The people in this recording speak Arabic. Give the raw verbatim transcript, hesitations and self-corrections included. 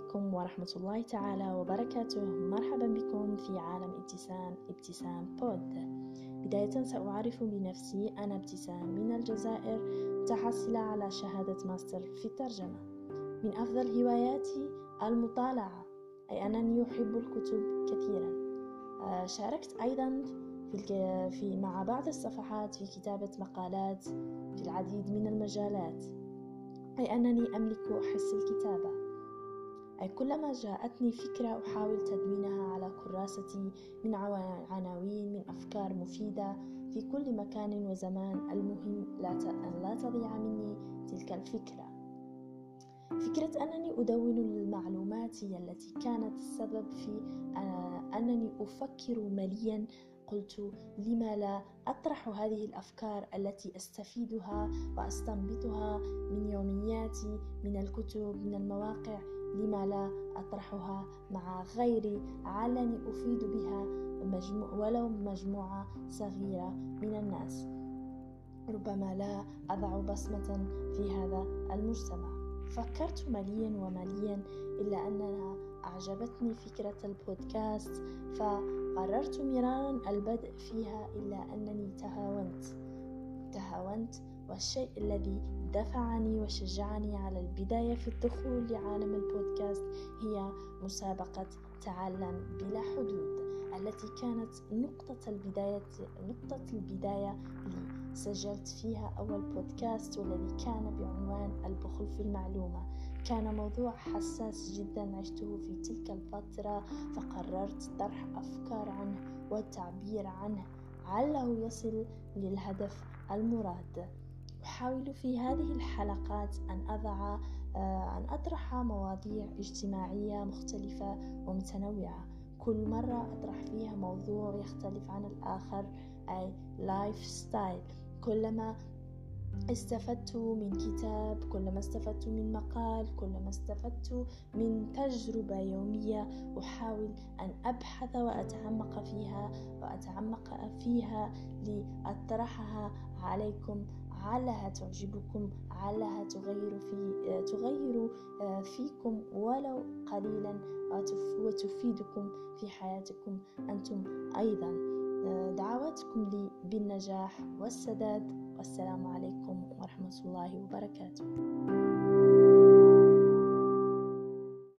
عليكم ورحمة الله تعالى وبركاته. مرحبا بكم في عالم ابتسام ابتسام بود. بداية سأعرف بنفسي، أنا ابتسام من الجزائر، متحصلة على شهادة ماستر في الترجمة. من أفضل هواياتي المطالعة، أي أنني أحب الكتب كثيرا. شاركت أيضا في, في مع بعض الصفحات في كتابة مقالات في العديد من المجالات، أي أنني أملك حس الكتابة. أي كلما جاءتني فكرة أحاول تدوينها على كراستي من عناوين، من أفكار مفيدة في كل مكان وزمان. المهم لا أن لا تضيع مني تلك الفكرة. فكرة أنني أدون المعلومات هي التي كانت السبب في أنني أفكر مليا. قلت لما لا أطرح هذه الأفكار التي أستفيدها وأستنبطها من يومياتي، من الكتب، من المواقع، لما لا أطرحها مع غيري علني أفيد بها مجموع ولو مجموعة صغيرة من الناس. ربما لا أضع بصمة في هذا المجتمع. فكرت مليا ومليا، إلا أنها أعجبتني فكرة البودكاست، فقررت مرارا البدء فيها، إلا أنني تهاونت تهاونت والشيء الذي دفعني وشجعني على البداية في الدخول لعالم البودكاست هي مسابقة تعلم بلا حدود، التي كانت نقطة البداية نقطة البداية لي. سجلت فيها أول بودكاست، والذي كان بعنوان البخل في المعلومة. كان موضوع حساس جدا عشته في تلك الفترة، فقررت طرح أفكار عنه والتعبير عنه عله يصل للهدف المراد. أحاول في هذه الحلقات أن أضع أن أطرح مواضيع اجتماعية مختلفة ومتنوعة، كل مرة أطرح فيها موضوع يختلف عن الآخر، أي لايف ستايل. كلما استفدت من كتاب، كلما استفدت من مقال، كلما استفدت من تجربة يومية، أحاول أن أبحث وأتعمق فيها وأتعمق فيها لأطرحها عليكم، علها تعجبكم، علها تغير في تغير فيكم ولو قليلا، وتفيدكم في حياتكم أنتم أيضا. دعواتكم لي بالنجاح والسداد، والسلام عليكم ورحمة الله وبركاته.